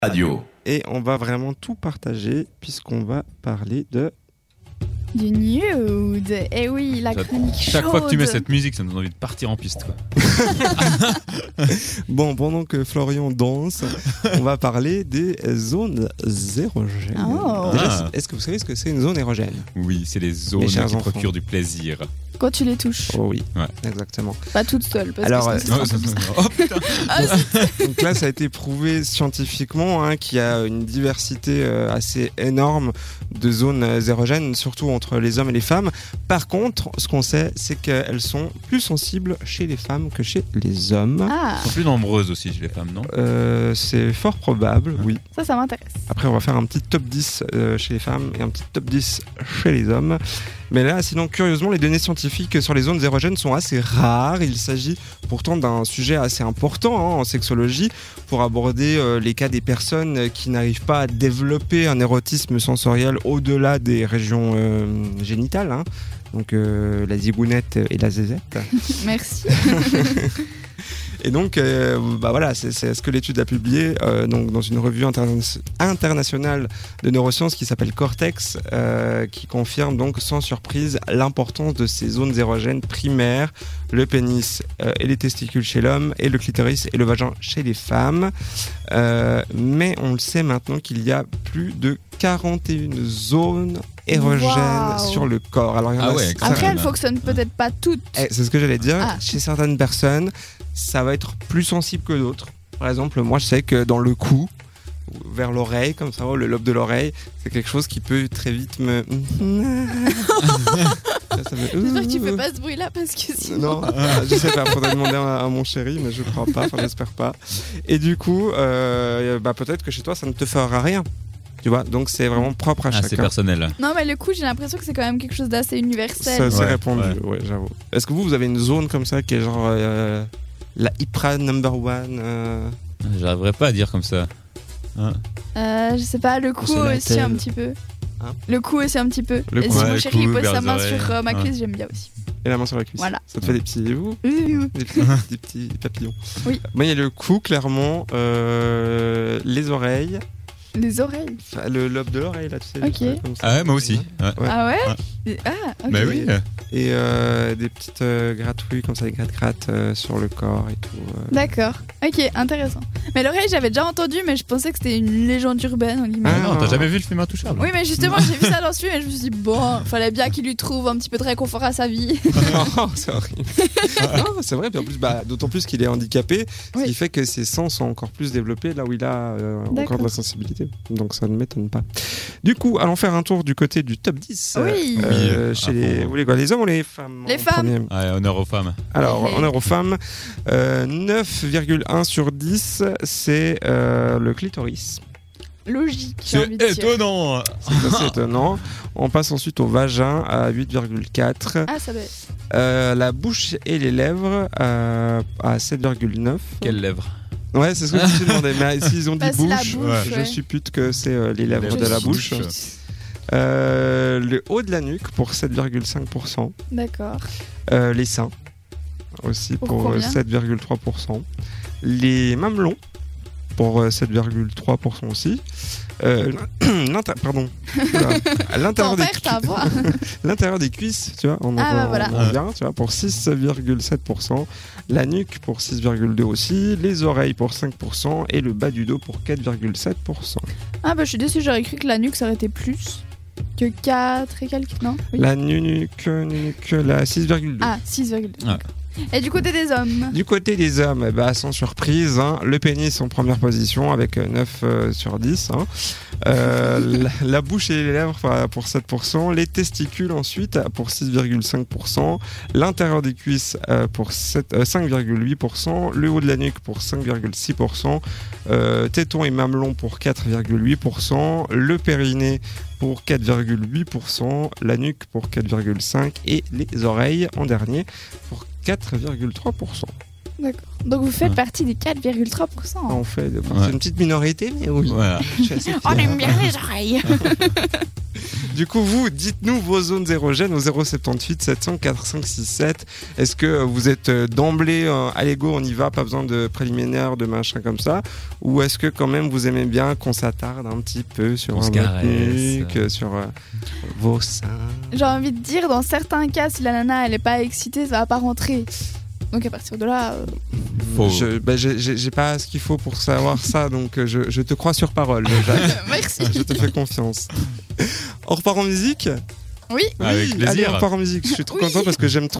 Radio. Et on va vraiment tout partager puisqu'on va parler du nude. Eh oui, la chronique chaude. Chaque fois que tu mets cette musique, ça nous donne envie de partir en piste, quoi. Bon, pendant que Florian danse, on va parler des zones érogènes. Oh. Déjà, est-ce que vous savez ce que c'est une zone érogène ? Oui, c'est les zones qui procurent du plaisir. Quand tu les touches. Oh oui, ouais. Exactement. Pas toute seule. Parce alors, que oh putain. donc là, ça a été prouvé scientifiquement qu'il y a une diversité assez énorme de zones érogènes, surtout entre les hommes et les femmes. Par contre, ce qu'on sait, c'est qu'elles sont plus sensibles chez les femmes que chez les hommes. Ah. Elles sont plus nombreuses aussi chez les femmes, non ? C'est fort probable, oui. Ça m'intéresse. Après, on va faire un petit top 10 chez les femmes et un petit top 10 chez les hommes. Mais là, sinon, curieusement, les données scientifiques sur les zones érogènes sont assez rares. Il s'agit pourtant d'un sujet assez important en sexologie pour aborder les cas des personnes qui n'arrivent pas à développer un érotisme sensoriel au-delà des régions génitales. Donc la zigounette et la zézette. Merci. Et donc, voilà, c'est ce que l'étude a publié donc dans une revue internationale de neurosciences qui s'appelle Cortex, qui confirme donc sans surprise l'importance de ces zones érogènes primaires, le pénis et les testicules chez l'homme, et le clitoris et le vagin chez les femmes. Mais on le sait maintenant qu'il y a plus de 41 zones érogènes sur le corps. Alors, après, elles ne fonctionnent peut-être pas toutes. C'est ce que j'allais dire. Chez certaines personnes, ça va être plus sensible que d'autres. Par exemple, moi, je sais que dans le cou, vers l'oreille, comme ça, le lobe de l'oreille, c'est quelque chose qui peut très vite me... J'espère que tu fais pas ce bruit-là parce que sinon... Non, je sais pas, faudrait demander à mon chéri, mais je crois pas, j'espère pas. Et du coup, peut-être que chez toi, ça ne te fera rien. Tu vois, donc c'est vraiment propre à chacun. C'est personnel. Non, mais le coup, j'ai l'impression que c'est quand même quelque chose d'assez universel. Ça, c'est répandu, ouais, j'avoue. Est-ce que vous avez une zone comme ça qui est genre la IPRA number one J'arriverais pas à dire comme ça. Je sais pas, le cou aussi un petit peu. Le cou aussi un petit peu. Et si mon chéri pose sa main sur ma cuisse, j'aime bien aussi. Et la main sur la cuisse. Voilà. Ça te fait des petits... Des petits papillons. Oui. Moi, il y a le cou, clairement. Les oreilles. Les oreilles. Le lobe de l'oreille, là, tu sais. Ok. Ah ouais, moi aussi. Ouais. Ah ouais. Ah, ok. Bah oui. Et des petites gratouilles, comme ça, des gratte-gratte sur le corps et tout. D'accord. Ok, intéressant. Mais l'oreille, j'avais déjà entendu, mais je pensais que c'était une légende urbaine, en guillemets. Ah non, t'as jamais vu le film Intouchable ? Oui, mais justement, j'ai vu ça dans ce film et je me suis dit, bon, fallait bien qu'il lui trouve un petit peu de réconfort à sa vie. Non, c'est horrible. Non, c'est vrai, puis en plus, d'autant plus qu'il est handicapé, ce qui fait que ses sens sont encore plus développés là où il a encore de la sensibilité. Donc ça ne m'étonne pas. Du coup, allons faire un tour du côté du top 10. Oui. Chez les... Vous voulez quoi, les hommes ou les femmes ? Les femmes. Honneur aux femmes. Alors, honneur aux femmes. 9,1 sur 10, c'est le clitoris. Logique. C'est étonnant. C'est assez étonnant. On passe ensuite au vagin à 8,4. Ah, ça baisse. La bouche et les lèvres à 7,9. Quelles lèvres ? Ouais, c'est ce que je me suis demandé. Mais s'ils ont dit bouche, je suppute que c'est les lèvres de la bouche. Le haut de la nuque pour 7,5%. D'accord. Les seins aussi pour 7,3%. Les mamelons pour 7,3% aussi. L'intérieur des cuisses, tu vois, on vient, tu vois, pour 6,7%. La nuque pour 6,2% aussi. Les oreilles pour 5% et le bas du dos pour 4,7%. Ah bah je suis déçue, j'aurais cru que la nuque ça aurait été plus que 4 et quelques, non ? Oui. La nuque, la 6,2. Ah, 6,2. D'accord. Et du côté des hommes ? Du côté des hommes, sans surprise, le pénis en première position avec 9 sur 10. La bouche et les lèvres pour 7%. Les testicules ensuite pour 6,5%. L'intérieur des cuisses pour 5,8%. Le haut de la nuque pour 5,6%. Tétons et mamelons pour 4,8%. Le périnée pour 4,8%. La nuque pour 4,5%. Et les oreilles en dernier pour 4,3%. D'accord. Donc vous faites partie des 4,3%. On fait c'est une petite minorité, mais oui. Voilà. On aime bien les oreilles. Du coup, vous, dites-nous vos zones érogènes au 078 700 4567. Est-ce que vous êtes d'emblée, allez go, on y va, pas besoin de préliminaire, de machin comme ça? Ou est-ce que quand même vous aimez bien qu'on s'attarde un petit peu sur votre nuque, sur vos seins? J'ai envie de dire, dans certains cas, si la nana elle est pas excitée, ça va pas rentrer. Donc à partir de là... j'ai pas ce qu'il faut pour savoir ça, donc je te crois sur parole. Merci. Je te fais confiance. On repart en musique? Oui. Avec plaisir. Allez, on repart en musique. Je suis trop content parce que j'aime trop